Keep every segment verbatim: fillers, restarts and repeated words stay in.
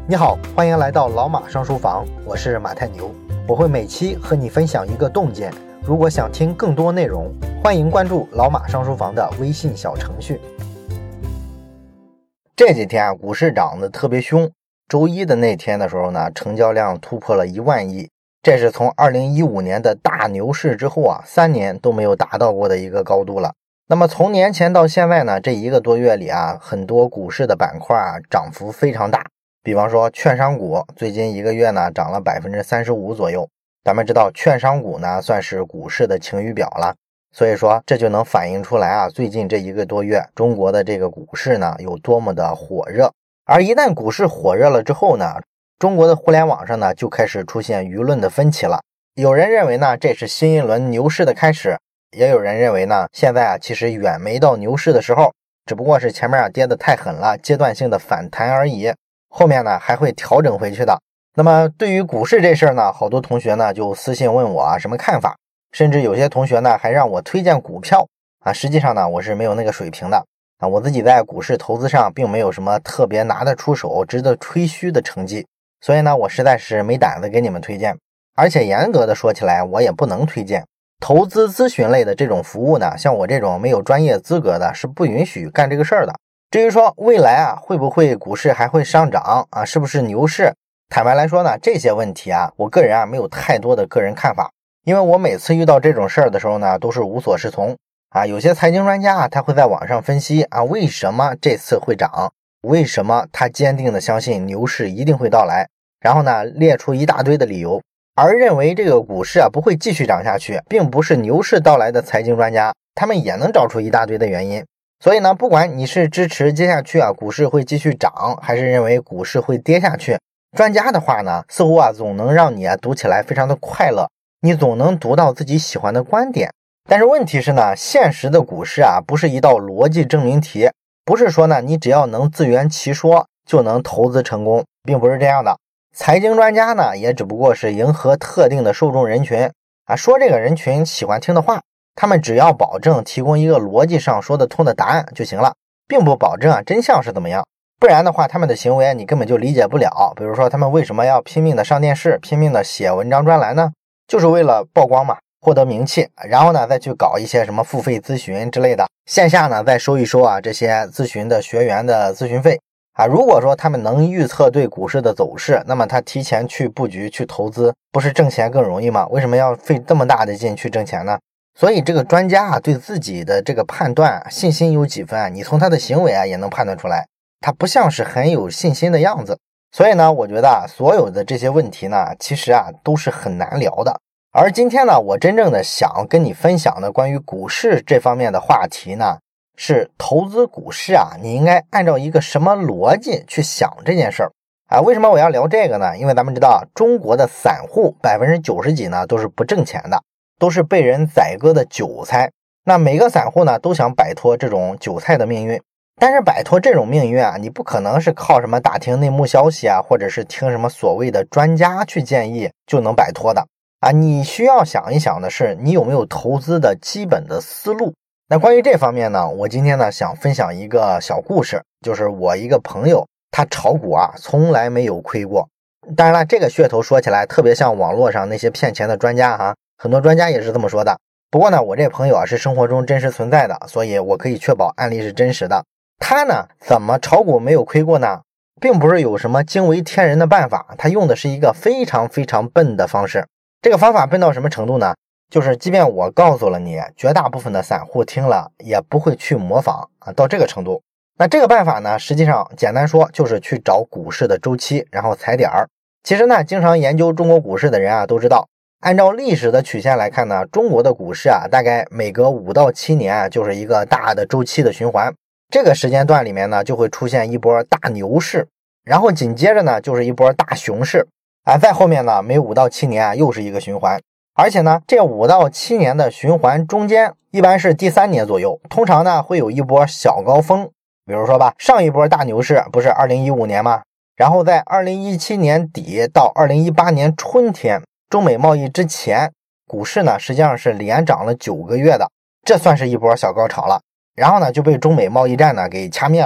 你好，欢迎来到老马上书房，我是马太牛，我会每期和你分享一个洞见。如果想听更多内容，欢迎关注老马上书房的微信小程序。这几天啊，股市涨得特别凶，周一的那天的时候呢，成交量突破了一万亿，这是从二零一五年的大牛市之后啊，三年都没有达到过的一个高度了。那么从年前到现在呢，这一个多月里啊，很多股市的板块啊涨幅非常大。比方说券商股最近一个月呢涨了 百分之三十五 左右，咱们知道券商股呢算是股市的晴雨表了，所以说这就能反映出来啊，最近这一个多月中国的这个股市呢有多么的火热。而一旦股市火热了之后呢，中国的互联网上呢就开始出现舆论的分歧了。有人认为呢这是新一轮牛市的开始，也有人认为呢现在啊其实远没到牛市的时候，只不过是前面啊跌得太狠了，阶段性的反弹而已，后面呢还会调整回去的。那么对于股市这事儿呢，好多同学呢就私信问我啊什么看法，甚至有些同学呢还让我推荐股票啊。实际上呢我是没有那个水平的啊，我自己在股市投资上并没有什么特别拿得出手值得吹嘘的成绩，所以呢我实在是没胆子给你们推荐。而且严格的说起来，我也不能推荐投资咨询类的这种服务呢，像我这种没有专业资格的是不允许干这个事儿的。至于说未来啊会不会股市还会上涨啊，是不是牛市，坦白来说呢，这些问题啊我个人啊没有太多的个人看法，因为我每次遇到这种事儿的时候呢都是无所适从啊。有些财经专家啊他会在网上分析啊为什么这次会涨，为什么他坚定的相信牛市一定会到来，然后呢列出一大堆的理由，而认为这个股市啊不会继续涨下去，并不是牛市到来的财经专家，他们也能找出一大堆的原因。所以呢，不管你是支持接下去啊股市会继续涨，还是认为股市会跌下去，专家的话呢似乎啊总能让你啊读起来非常的快乐，你总能读到自己喜欢的观点。但是问题是呢，现实的股市啊不是一道逻辑证明题，不是说呢你只要能自圆其说就能投资成功，并不是这样的。财经专家呢也只不过是迎合特定的受众人群啊，说这个人群喜欢听的话，他们只要保证提供一个逻辑上说得通的答案就行了，并不保证啊真相是怎么样。不然的话他们的行为你根本就理解不了。比如说他们为什么要拼命的上电视，拼命的写文章专栏呢？就是为了曝光嘛，获得名气，然后呢再去搞一些什么付费咨询之类的，线下呢再收一收啊这些咨询的学员的咨询费啊。如果说他们能预测对股市的走势，那么他提前去布局去投资，不是挣钱更容易吗？为什么要费这么大的劲去挣钱呢？所以这个专家啊对自己的这个判断信心有几分啊，你从他的行为啊也能判断出来，他不像是很有信心的样子。所以呢我觉得啊所有的这些问题呢其实啊都是很难聊的。而今天呢我真正的想跟你分享的关于股市这方面的话题呢，是投资股市啊你应该按照一个什么逻辑去想这件事儿啊。为什么我要聊这个呢？因为咱们知道中国的散户百分之九十几呢都是不挣钱的，都是被人宰割的韭菜。那每个散户呢都想摆脱这种韭菜的命运，但是摆脱这种命运啊，你不可能是靠什么打听内幕消息啊，或者是听什么所谓的专家去建议就能摆脱的啊。你需要想一想的是你有没有投资的基本的思路。那关于这方面呢，我今天呢想分享一个小故事，就是我一个朋友他炒股啊从来没有亏过。当然了，这个噱头说起来特别像网络上那些骗钱的专家哈，很多专家也是这么说的。不过呢我这朋友啊是生活中真实存在的，所以我可以确保案例是真实的。他呢怎么炒股没有亏过呢？并不是有什么惊为天人的办法，他用的是一个非常非常笨的方式。这个方法笨到什么程度呢？就是即便我告诉了你，绝大部分的散户听了也不会去模仿啊，到这个程度。那这个办法呢，实际上简单说就是去找股市的周期，然后踩点儿。其实呢，经常研究中国股市的人啊都知道，按照历史的曲线来看呢，中国的股市啊大概每隔五到七年啊就是一个大的周期的循环。这个时间段里面呢就会出现一波大牛市，然后紧接着呢就是一波大熊市啊，在后面呢每五到七年啊又是一个循环。而且呢这五到七年的循环中间一般是第三年左右，通常呢会有一波小高峰。比如说吧，上一波大牛市不是二零一五年吗？然后在二零一七年底到二零一八年春天，中美贸易之前，股市呢实际上是连涨了九个月的，这算是一波小高潮了。然后呢就被中美贸易战呢给掐灭了。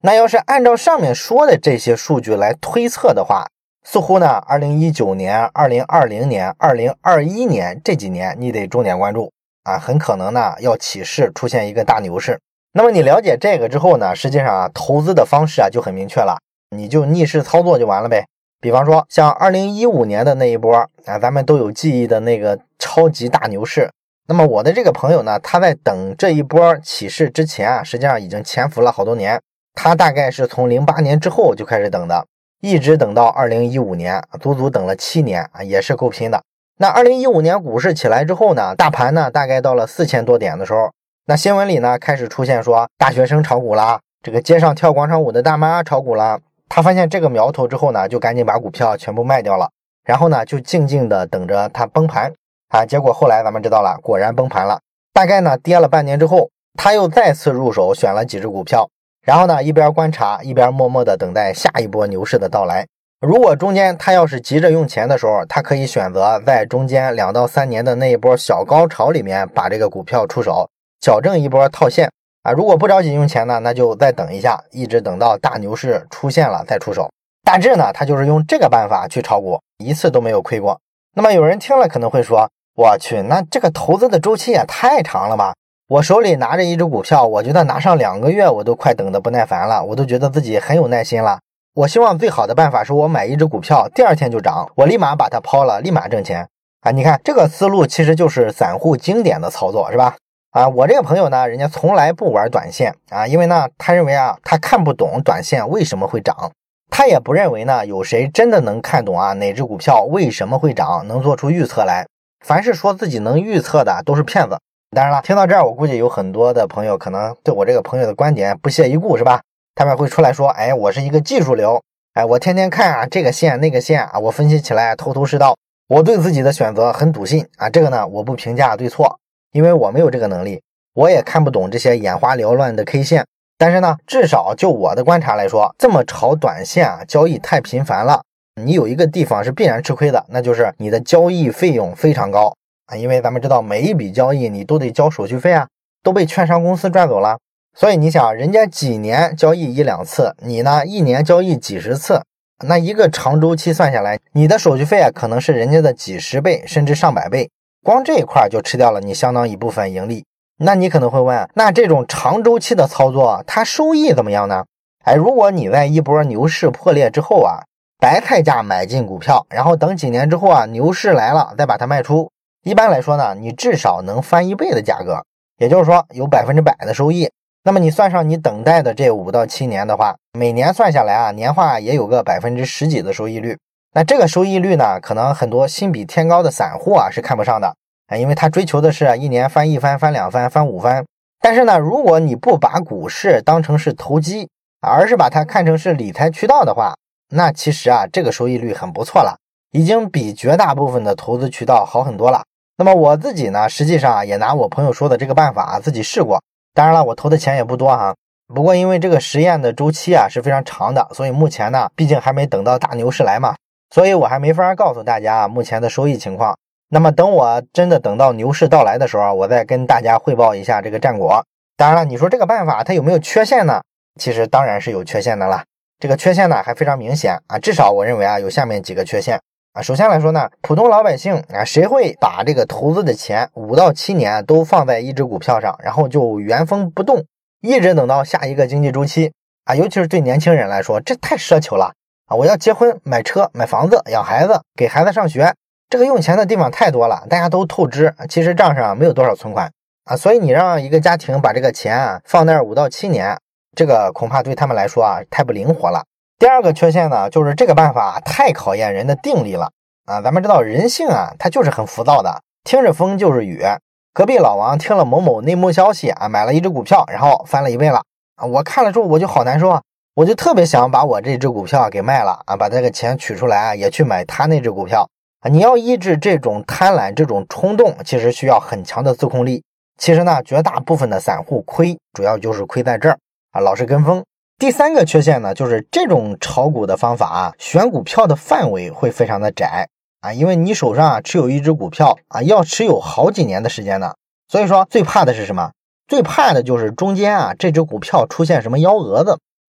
那要是按照上面说的这些数据来推测的话，似乎呢二零一九年、二零二零年、二零二一年这几年你得重点关注啊，很可能呢要起势出现一个大牛市。那么你了解这个之后呢，实际上啊投资的方式啊就很明确了，你就逆势操作就完了呗。比方说像二零一五年的那一波啊，咱们都有记忆的那个超级大牛市。那么我的这个朋友呢，他在等这一波起势之前啊，实际上已经潜伏了好多年。他大概是从零八年之后就开始等的，一直等到二零一五年，足足等了七年啊，也是够拼的。那二零一五年股市起来之后呢，大盘呢大概到了四千多点的时候，那新闻里呢开始出现说大学生炒股啦，这个街上跳广场舞的大妈炒股啦。他发现这个苗头之后呢，就赶紧把股票全部卖掉了，然后呢就静静的等着它崩盘啊。结果后来咱们知道了，果然崩盘了。大概呢跌了半年之后，他又再次入手选了几只股票，然后呢一边观察一边默默的等待下一波牛市的到来。如果中间他要是急着用钱的时候，他可以选择在中间两到三年的那一波小高潮里面把这个股票出手，矫正一波套现啊。如果不着急用钱呢，那就再等一下，一直等到大牛市出现了再出手。大致呢他就是用这个办法去炒股，一次都没有亏过。那么有人听了可能会说，我去，那这个投资的周期也太长了吧，我手里拿着一只股票，我觉得拿上两个月我都快等得不耐烦了，我都觉得自己很有耐心了。我希望最好的办法是我买一只股票第二天就涨，我立马把它抛了，立马挣钱啊！你看这个思路其实就是散户经典的操作，是吧？啊，我这个朋友呢，人家从来不玩短线啊，因为呢他认为啊他看不懂短线为什么会涨，他也不认为呢有谁真的能看懂啊哪只股票为什么会涨，能做出预测来。凡是说自己能预测的都是骗子。当然了，听到这儿我估计有很多的朋友可能对我这个朋友的观点不屑一顾，是吧？他们会出来说，哎，我是一个技术流，哎，我天天看啊这个线那个线啊，我分析起来头头是道，我对自己的选择很笃信啊。这个呢我不评价对错，因为我没有这个能力，我也看不懂这些眼花缭乱的 K 线。但是呢至少就我的观察来说，这么炒短线啊交易太频繁了，你有一个地方是必然吃亏的，那就是你的交易费用非常高啊。因为咱们知道每一笔交易你都得交手续费啊，都被券商公司赚走了。所以你想，人家几年交易一两次，你呢一年交易几十次，那一个长周期算下来，你的手续费啊可能是人家的几十倍甚至上百倍，光这一块就吃掉了你相当一部分盈利。那你可能会问，那这种长周期的操作它收益怎么样呢？哎，如果你在一波牛市破裂之后啊，白菜价买进股票，然后等几年之后啊牛市来了再把它卖出，一般来说呢你至少能翻一倍的价格，也就是说有百分之百的收益。那么你算上你等待的这五到七年的话，每年算下来啊，年化也有个百分之十几的收益率。那这个收益率呢，可能很多心比天高的散户啊是看不上的啊，因为他追求的是一年翻一番、翻两番、翻五番。但是呢，如果你不把股市当成是投机，而是把它看成是理财渠道的话，那其实啊，这个收益率很不错了，已经比绝大部分的投资渠道好很多了。那么我自己呢，实际上也拿我朋友说的这个办法啊，自己试过。当然了，我投的钱也不多哈，不过因为这个实验的周期啊是非常长的，所以目前呢，毕竟还没等到大牛市来嘛，所以我还没法告诉大家目前的收益情况。那么等我真的等到牛市到来的时候，我再跟大家汇报一下这个战果。当然了，你说这个办法它有没有缺陷呢？其实当然是有缺陷的啦。这个缺陷呢还非常明显啊，至少我认为啊有下面几个缺陷啊。首先来说呢，普通老百姓啊，谁会把这个投资的钱五到七年都放在一只股票上，然后就原封不动一直等到下一个经济周期啊？尤其是对年轻人来说，这太奢求了啊！我要结婚、买车、买房子、养孩子、给孩子上学，这个用钱的地方太多了，大家都透支，其实账上没有多少存款啊。所以你让一个家庭把这个钱啊放那儿五到七年，这个恐怕对他们来说啊太不灵活了。第二个缺陷呢，就是这个办法太考验人的定力了啊！咱们知道人性啊，它就是很浮躁的，听着风就是雨。隔壁老王听了某某内幕消息啊，买了一只股票，然后翻了一倍了啊！我看了之后我就好难受啊，我就特别想把我这只股票给卖了啊，把这个钱取出来啊，也去买他那只股票啊！你要抑制这种贪婪、这种冲动，其实需要很强的自控力。其实呢，绝大部分的散户亏，主要就是亏在这儿啊，老是跟风。第三个缺陷呢，就是这种炒股的方法啊，选股票的范围会非常的窄啊，因为你手上啊持有一只股票啊，要持有好几年的时间呢。所以说最怕的是什么？最怕的就是中间啊这只股票出现什么幺蛾子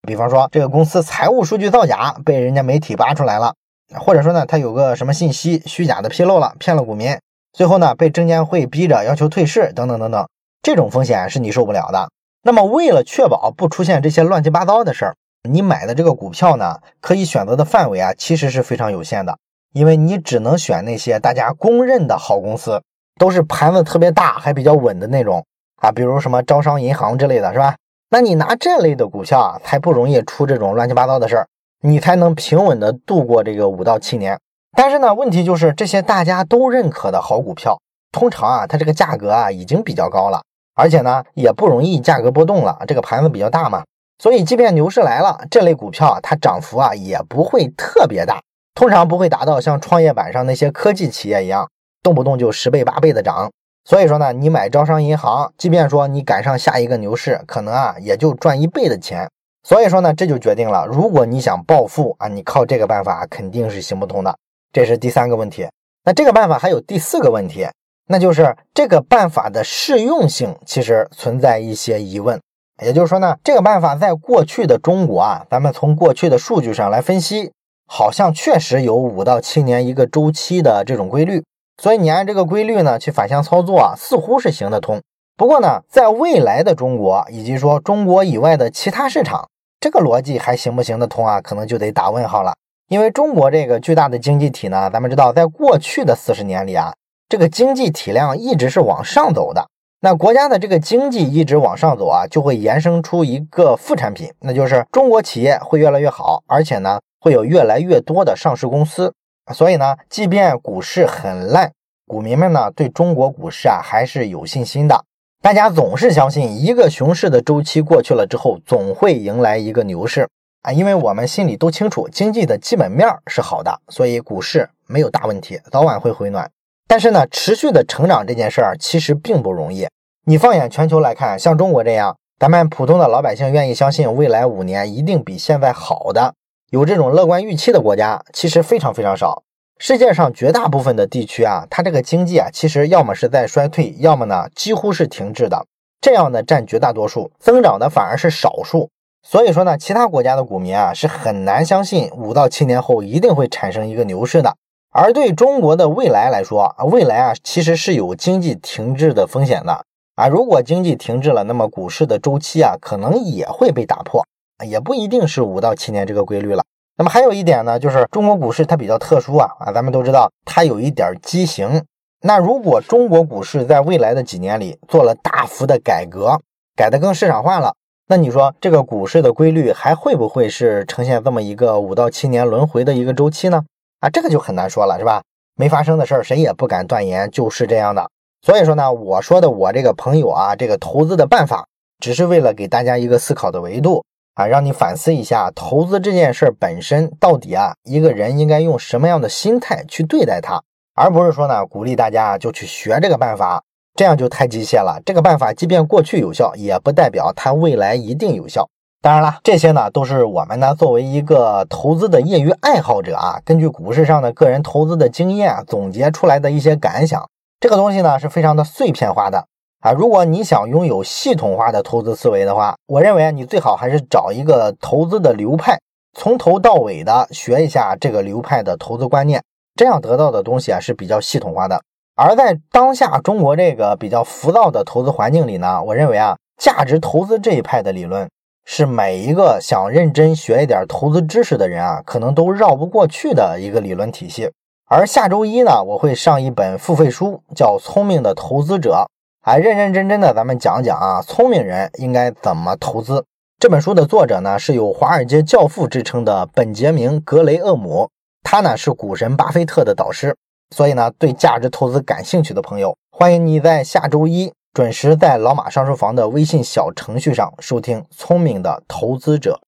比方说这个公司财务数据造假被人家媒体扒出来了，或者说呢他有个什么信息虚假的披露了，骗了股民，最后呢被证监会逼着要求退市等等等等，这种风险是你受不了的。那么为了确保不出现这些乱七八糟的事儿，你买的这个股票呢可以选择的范围啊其实是非常有限的，因为你只能选那些大家公认的好公司，都是盘子特别大还比较稳的那种啊，比如什么招商银行之类的，是吧？那你拿这类的股票啊才不容易出这种乱七八糟的事儿，你才能平稳的度过这个五到七年。但是呢问题就是这些大家都认可的好股票，通常啊它这个价格啊已经比较高了，而且呢也不容易价格波动了，这个盘子比较大嘛，所以即便牛市来了，这类股票啊它涨幅啊也不会特别大，通常不会达到像创业板上那些科技企业一样动不动就十倍八倍的涨。所以说呢你买招商银行，即便说你赶上下一个牛市，可能啊也就赚一倍的钱。所以说呢这就决定了，如果你想暴富啊，你靠这个办法肯定是行不通的。这是第三个问题。那这个办法还有第四个问题，那就是这个办法的适用性其实存在一些疑问。也就是说呢这个办法在过去的中国啊，咱们从过去的数据上来分析，好像确实有五到七年一个周期的这种规律，所以你按这个规律呢去反向操作啊，似乎是行得通。不过呢在未来的中国以及说中国以外的其他市场，这个逻辑还行不行得通啊，可能就得打问号了。因为中国这个巨大的经济体呢，咱们知道在过去的四十年里啊，这个经济体量一直是往上走的，那国家的这个经济一直往上走啊，就会衍生出一个副产品，那就是中国企业会越来越好，而且呢会有越来越多的上市公司。所以呢即便股市很烂，股民们呢对中国股市啊还是有信心的。大家总是相信一个熊市的周期过去了之后，总会迎来一个牛市啊，因为我们心里都清楚经济的基本面是好的，所以股市没有大问题，早晚会回暖。但是呢持续的成长这件事儿其实并不容易。你放眼全球来看，像中国这样咱们普通的老百姓愿意相信未来五年一定比现在好的，有这种乐观预期的国家其实非常非常少。世界上绝大部分的地区啊，它这个经济啊其实要么是在衰退，要么呢几乎是停滞的，这样的占绝大多数，增长的反而是少数。所以说呢其他国家的股民啊是很难相信五到七年后一定会产生一个牛市的。而对中国的未来来说，未来啊其实是有经济停滞的风险的啊，如果经济停滞了，那么股市的周期啊可能也会被打破，也不一定是五到七年这个规律了。那么还有一点呢，就是中国股市它比较特殊啊啊，咱们都知道它有一点畸形。那如果中国股市在未来的几年里做了大幅的改革，改得更市场化了，那你说这个股市的规律还会不会是呈现这么一个五到七年轮回的一个周期呢？啊，这个就很难说了，是吧？没发生的事儿谁也不敢断言就是这样的。所以说呢，我说的我这个朋友啊，这个投资的办法只是为了给大家一个思考的维度啊，让你反思一下投资这件事本身到底啊一个人应该用什么样的心态去对待它，而不是说呢鼓励大家就去学这个办法，这样就太机械了。这个办法即便过去有效，也不代表它未来一定有效。当然了，这些呢都是我们呢作为一个投资的业余爱好者啊，根据股市上的个人投资的经验啊总结出来的一些感想。这个东西呢是非常的碎片化的啊，如果你想拥有系统化的投资思维的话，我认为你最好还是找一个投资的流派，从头到尾的学一下这个流派的投资观念，这样得到的东西啊是比较系统化的。而在当下中国这个比较浮躁的投资环境里呢，我认为啊价值投资这一派的理论是每一个想认真学一点投资知识的人啊可能都绕不过去的一个理论体系。而下周一呢，我会上一本付费书叫《聪明的投资者》，还认认真真的咱们讲讲啊聪明人应该怎么投资。这本书的作者呢是有华尔街教父之称的本杰明·格雷厄姆，他呢是股神巴菲特的导师。所以呢对价值投资感兴趣的朋友，欢迎你在下周一准时在老马上书房的微信小程序上收听《聪明的投资者》。